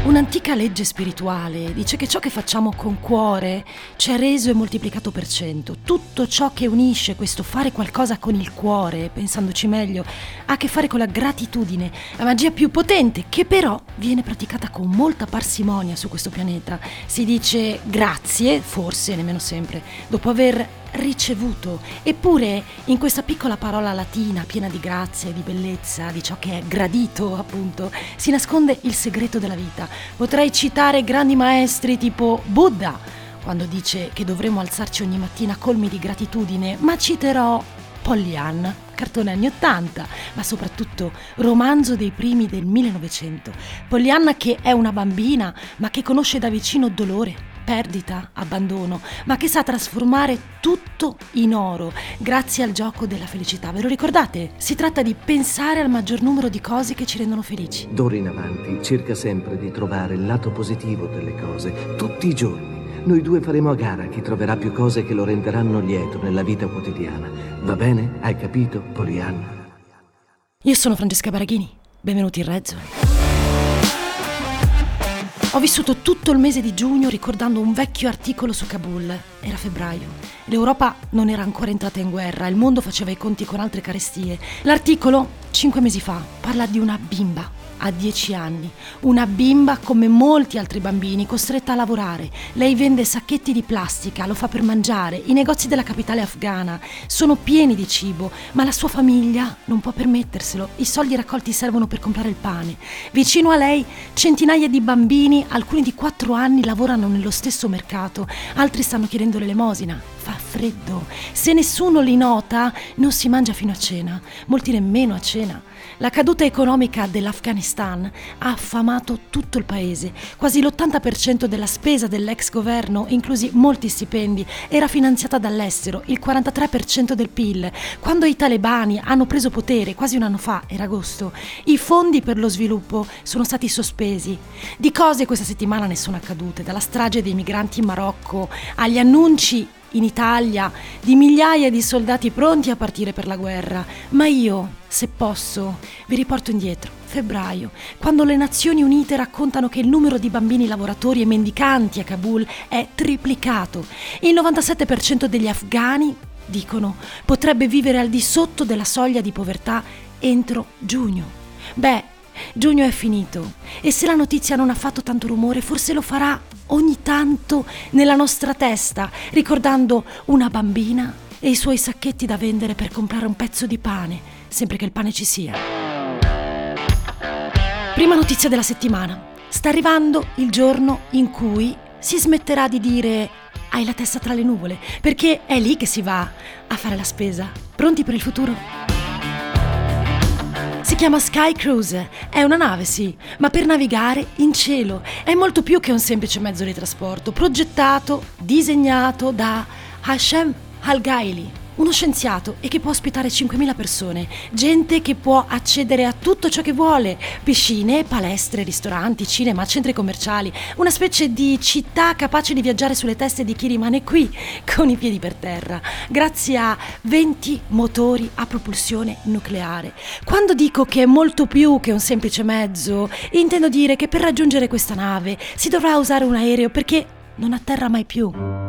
Un'antica legge spirituale dice che ciò che facciamo con cuore ci è reso e moltiplicato per 100. Tutto ciò che unisce questo fare qualcosa con il cuore, pensandoci meglio, ha a che fare con la gratitudine, la magia più potente, che però viene praticata con molta parsimonia su questo pianeta. Si dice grazie, forse, nemmeno sempre, dopo aver ricevuto. Eppure in questa piccola parola latina piena di grazia e di bellezza, di ciò che è gradito appunto, si nasconde il segreto della vita. Potrei citare grandi maestri tipo Buddha quando dice che dovremmo alzarci ogni mattina colmi di gratitudine, ma citerò Pollyanna, cartone anni 80, ma soprattutto romanzo dei primi del 1900. Pollyanna che è una bambina ma che conosce da vicino dolore, perdita, abbandono, ma che sa trasformare tutto in oro grazie al gioco della felicità. Ve lo ricordate? Si tratta di pensare al maggior numero di cose che ci rendono felici. D'ora in avanti cerca sempre di trovare il lato positivo delle cose, tutti i giorni. Noi due faremo a gara chi troverà più cose che lo renderanno lieto nella vita quotidiana. Va bene? Hai capito, Pollyanna? Io sono Francesca Baraghini, benvenuti in Rezzo. Ho vissuto tutto il mese di giugno ricordando un vecchio articolo su Kabul. Era febbraio. L'Europa non era ancora entrata in guerra, il mondo faceva i conti con altre carestie. L'articolo, 5 mesi fa, parla di una bimba a 10 anni. Una bimba come molti altri bambini, costretta a lavorare. Lei vende sacchetti di plastica, lo fa per mangiare. I negozi della capitale afghana sono pieni di cibo, ma la sua famiglia non può permetterselo. I soldi raccolti servono per comprare il pane. Vicino a lei centinaia di bambini, alcuni di 4 anni, lavorano nello stesso mercato, altri stanno chiedendo l'elemosina. Fa freddo. Se nessuno li nota, non si mangia fino a cena, molti nemmeno a cena. La caduta economica dell'Afghanistan ha affamato tutto il paese. Quasi l'80% della spesa dell'ex governo, inclusi molti stipendi, era finanziata dall'estero, il 43% del PIL. Quando i talebani hanno preso potere, quasi un anno fa, era agosto, i fondi per lo sviluppo sono stati sospesi. Di cose questa settimana ne sono accadute, dalla strage dei migranti in Marocco agli annunci in Italia di migliaia di soldati pronti a partire per la guerra. Ma io, se posso, vi riporto indietro, febbraio, quando le Nazioni Unite raccontano che il numero di bambini lavoratori e mendicanti a Kabul è triplicato. Il 97% degli afghani, dicono, potrebbe vivere al di sotto della soglia di povertà entro giugno. Beh, giugno è finito e se la notizia non ha fatto tanto rumore, forse lo farà ogni tanto nella nostra testa, ricordando una bambina e i suoi sacchetti da vendere per comprare un pezzo di pane, sempre che il pane ci sia. Prima notizia della settimana. Sta arrivando il giorno in cui si smetterà di dire hai la testa tra le nuvole, perché è lì che si va a fare la spesa. Pronti per il futuro? Si chiama Sky Cruise, è una nave sì, ma per navigare in cielo. È molto più che un semplice mezzo di trasporto, progettato, disegnato da Hashem Al-Ghaili, uno scienziato e che può ospitare 5.000 persone, gente che può accedere a tutto ciò che vuole, piscine, palestre, ristoranti, cinema, centri commerciali, una specie di città capace di viaggiare sulle teste di chi rimane qui con i piedi per terra, grazie a 20 motori a propulsione nucleare. Quando dico che è molto più che un semplice mezzo, intendo dire che per raggiungere questa nave si dovrà usare un aereo perché non atterra mai più.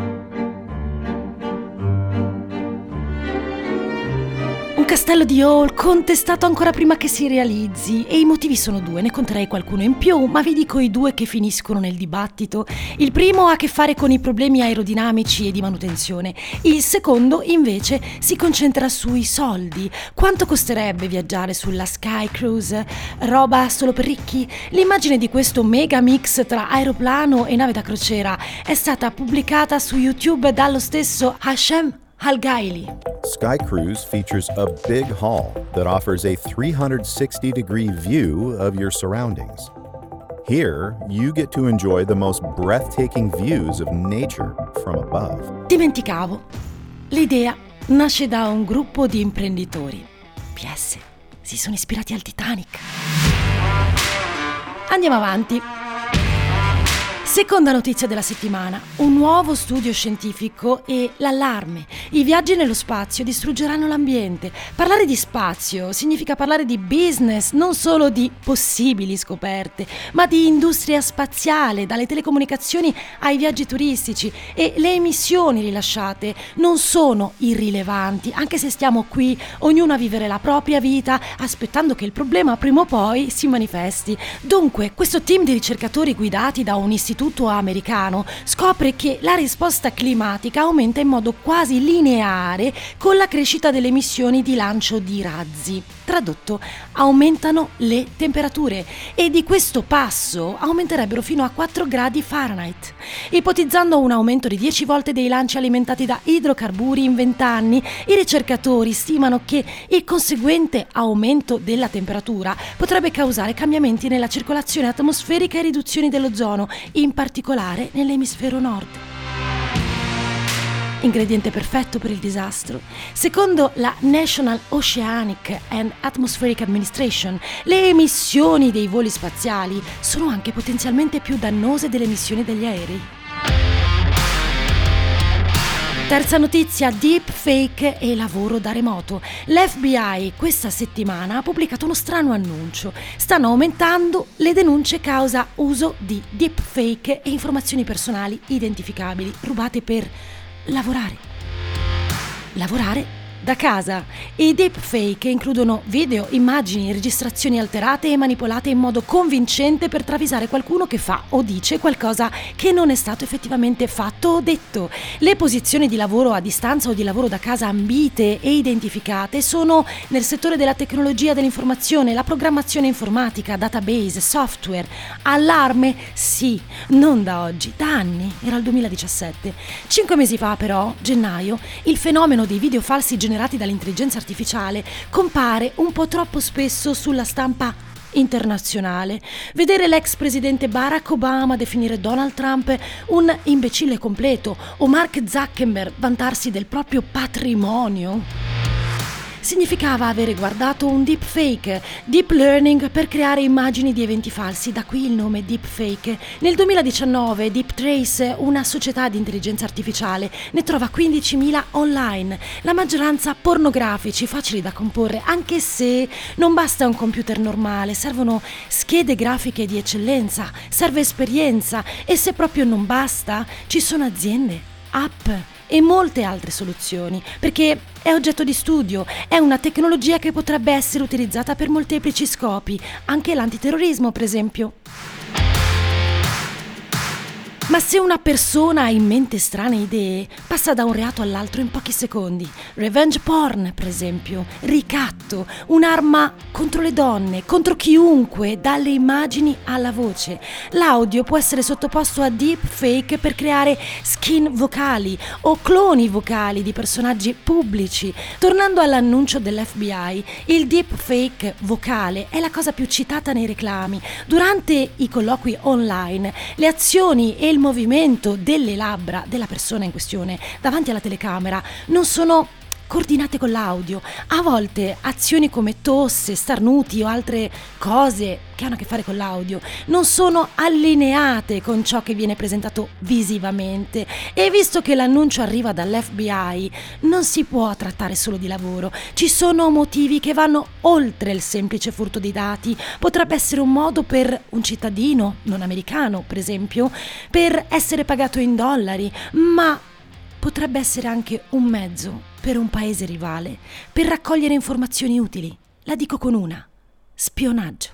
Un castello di Hall contestato ancora prima che si realizzi, e i motivi sono due, ne conterei qualcuno in più, ma vi dico i due che finiscono nel dibattito. Il primo ha a che fare con i problemi aerodinamici e di manutenzione, il secondo invece si concentra sui soldi. Quanto costerebbe viaggiare sulla Sky Cruise? Roba solo per ricchi? L'immagine di questo mega mix tra aeroplano e nave da crociera è stata pubblicata su YouTube dallo stesso Hashem Al-Ghaili. Sky Cruise features a big hall that offers a 360-degree view of your surroundings. Here, you get to enjoy the most breathtaking views of nature from above. Dimenticavo. L'idea nasce da un gruppo di imprenditori. PS, si sono ispirati al Titanic. Andiamo avanti. Seconda notizia della settimana, un nuovo studio scientifico e l'allarme. I viaggi nello spazio distruggeranno l'ambiente. Parlare di spazio significa parlare di business, non solo di possibili scoperte, ma di industria spaziale, dalle telecomunicazioni ai viaggi turistici, e le emissioni rilasciate non sono irrilevanti, anche se stiamo qui ognuno a vivere la propria vita aspettando che il problema prima o poi si manifesti. Dunque, questo team di ricercatori guidati da un istituto americano scopre che la risposta climatica aumenta in modo quasi lineare con la crescita delle emissioni di lancio di razzi. Tradotto, aumentano le temperature e di questo passo aumenterebbero fino a 4 gradi Fahrenheit. Ipotizzando un aumento di 10 volte dei lanci alimentati da idrocarburi in 20 anni, i ricercatori stimano che il conseguente aumento della temperatura potrebbe causare cambiamenti nella circolazione atmosferica e riduzioni dell'ozono, in particolare nell'emisfero nord. Ingrediente perfetto per il disastro. Secondo la National Oceanic and Atmospheric Administration, le emissioni dei voli spaziali sono anche potenzialmente più dannose delle emissioni degli aerei. Terza notizia, deepfake e lavoro da remoto. L'FBI questa settimana ha pubblicato uno strano annuncio. Stanno aumentando le denunce causa uso di deepfake e informazioni personali identificabili rubate per lavorare da casa. I deepfake includono video, immagini, registrazioni alterate e manipolate in modo convincente per travisare qualcuno che fa o dice qualcosa che non è stato effettivamente fatto o detto. Le posizioni di lavoro a distanza o di lavoro da casa ambite e identificate sono nel settore della tecnologia dell'informazione, la programmazione informatica, database, software. Allarme? Sì, non da oggi, da anni, era il 2017. 5 mesi fa però, gennaio, il fenomeno dei video falsi generati dall'intelligenza artificiale compare un po' troppo spesso sulla stampa internazionale. Vedere l'ex presidente Barack Obama definire Donald Trump un imbecille completo o Mark Zuckerberg vantarsi del proprio patrimonio significava avere guardato un deepfake, deep learning per creare immagini di eventi falsi, da qui il nome deepfake. Nel 2019 DeepTrace, una società di intelligenza artificiale, ne trova 15.000 online, la maggioranza pornografici, facili da comporre, anche se non basta un computer normale, servono schede grafiche di eccellenza, serve esperienza, e se proprio non basta, ci sono aziende, app e molte altre soluzioni, perché è oggetto di studio, è una tecnologia che potrebbe essere utilizzata per molteplici scopi, anche l'antiterrorismo per esempio. Ma se una persona ha in mente strane idee, passa da un reato all'altro in pochi secondi. Revenge porn, per esempio, ricatto, un'arma contro le donne, contro chiunque, dalle immagini alla voce. L'audio può essere sottoposto a deepfake per creare skin vocali o cloni vocali di personaggi pubblici. Tornando all'annuncio dell'FBI, il deepfake vocale è la cosa più citata nei reclami. Durante i colloqui online, le azioni e il movimento delle labbra della persona in questione davanti alla telecamera non sono coordinate con l'audio. A volte azioni come tosse, starnuti o altre cose che hanno a che fare con l'audio non sono allineate con ciò che viene presentato visivamente, e visto che l'annuncio arriva dall'FBI non si può trattare solo di lavoro. Ci sono motivi che vanno oltre il semplice furto di dati. Potrebbe essere un modo per un cittadino non americano, per esempio, per essere pagato in dollari, ma potrebbe essere anche un mezzo per un paese rivale per raccogliere informazioni utili. La dico con una: spionaggio.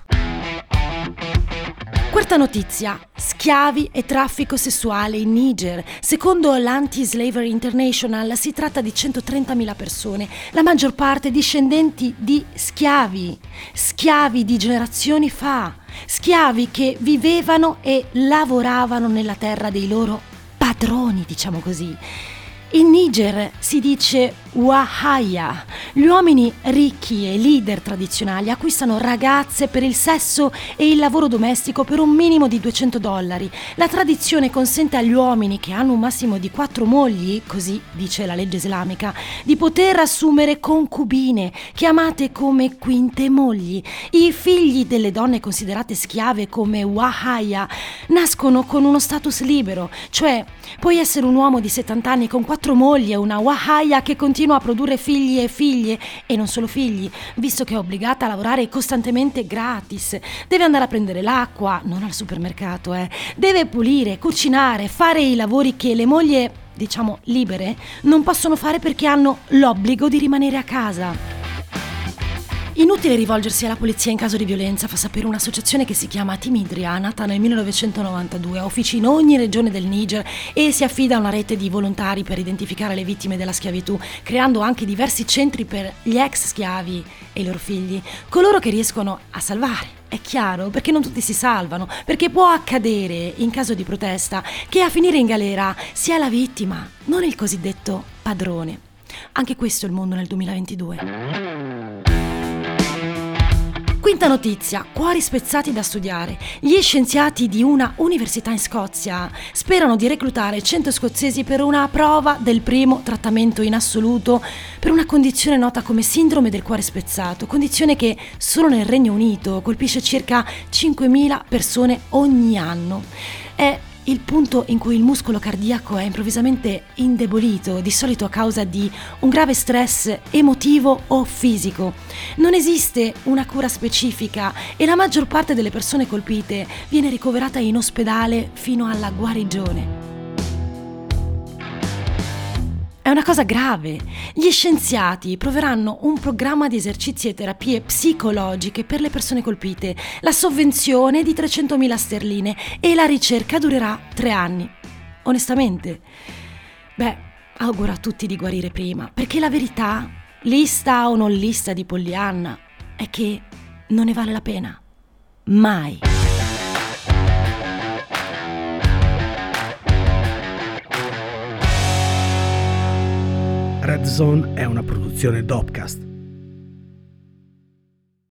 Quarta notizia, schiavi e traffico sessuale in Niger. Secondo l'Anti-Slavery International si tratta di 130.000 persone, la maggior parte discendenti di schiavi di generazioni fa, schiavi che vivevano e lavoravano nella terra dei loro padroni, diciamo così. In Niger si dice Wahaya. Gli uomini ricchi e leader tradizionali acquistano ragazze per il sesso e il lavoro domestico per un minimo di $200. La tradizione consente agli uomini che hanno un massimo di 4 mogli, così dice la legge islamica, di poter assumere concubine, chiamate come quinte mogli. I figli delle donne considerate schiave come Wahaya nascono con uno status libero, cioè puoi essere un uomo di 70 anni con 4 mogli e una Wahaya che continua a produrre figli e figlie, e non solo figli, visto che è obbligata a lavorare costantemente gratis. Deve andare a prendere l'acqua, non al supermercato, deve pulire, cucinare, fare i lavori che le mogli, diciamo libere, non possono fare perché hanno l'obbligo di rimanere a casa. Inutile rivolgersi alla polizia in caso di violenza, fa sapere un'associazione che si chiama Timidria, nata nel 1992, ha uffici in ogni regione del Niger e si affida a una rete di volontari per identificare le vittime della schiavitù, creando anche diversi centri per gli ex schiavi e i loro figli, coloro che riescono a salvare. È chiaro, perché non tutti si salvano, perché può accadere, in caso di protesta, che a finire in galera sia la vittima, non il cosiddetto padrone. Anche questo è il mondo nel 2022. Quinta notizia, cuori spezzati da studiare. Gli scienziati di una università in Scozia sperano di reclutare 100 scozzesi per una prova del primo trattamento in assoluto per una condizione nota come sindrome del cuore spezzato, condizione che solo nel Regno Unito colpisce circa 5.000 persone ogni anno. È il punto in cui il muscolo cardiaco è improvvisamente indebolito, di solito a causa di un grave stress emotivo o fisico. Non esiste una cura specifica e la maggior parte delle persone colpite viene ricoverata in ospedale fino alla guarigione. È una cosa grave. Gli scienziati proveranno un programma di esercizi e terapie psicologiche per le persone colpite. La sovvenzione è di 300.000 sterline e la ricerca durerà 3 anni. Onestamente, auguro a tutti di guarire prima, perché la verità, lista o non lista di Pollyanna, è che non ne vale la pena. Mai. Red Zone è una produzione Dopcast.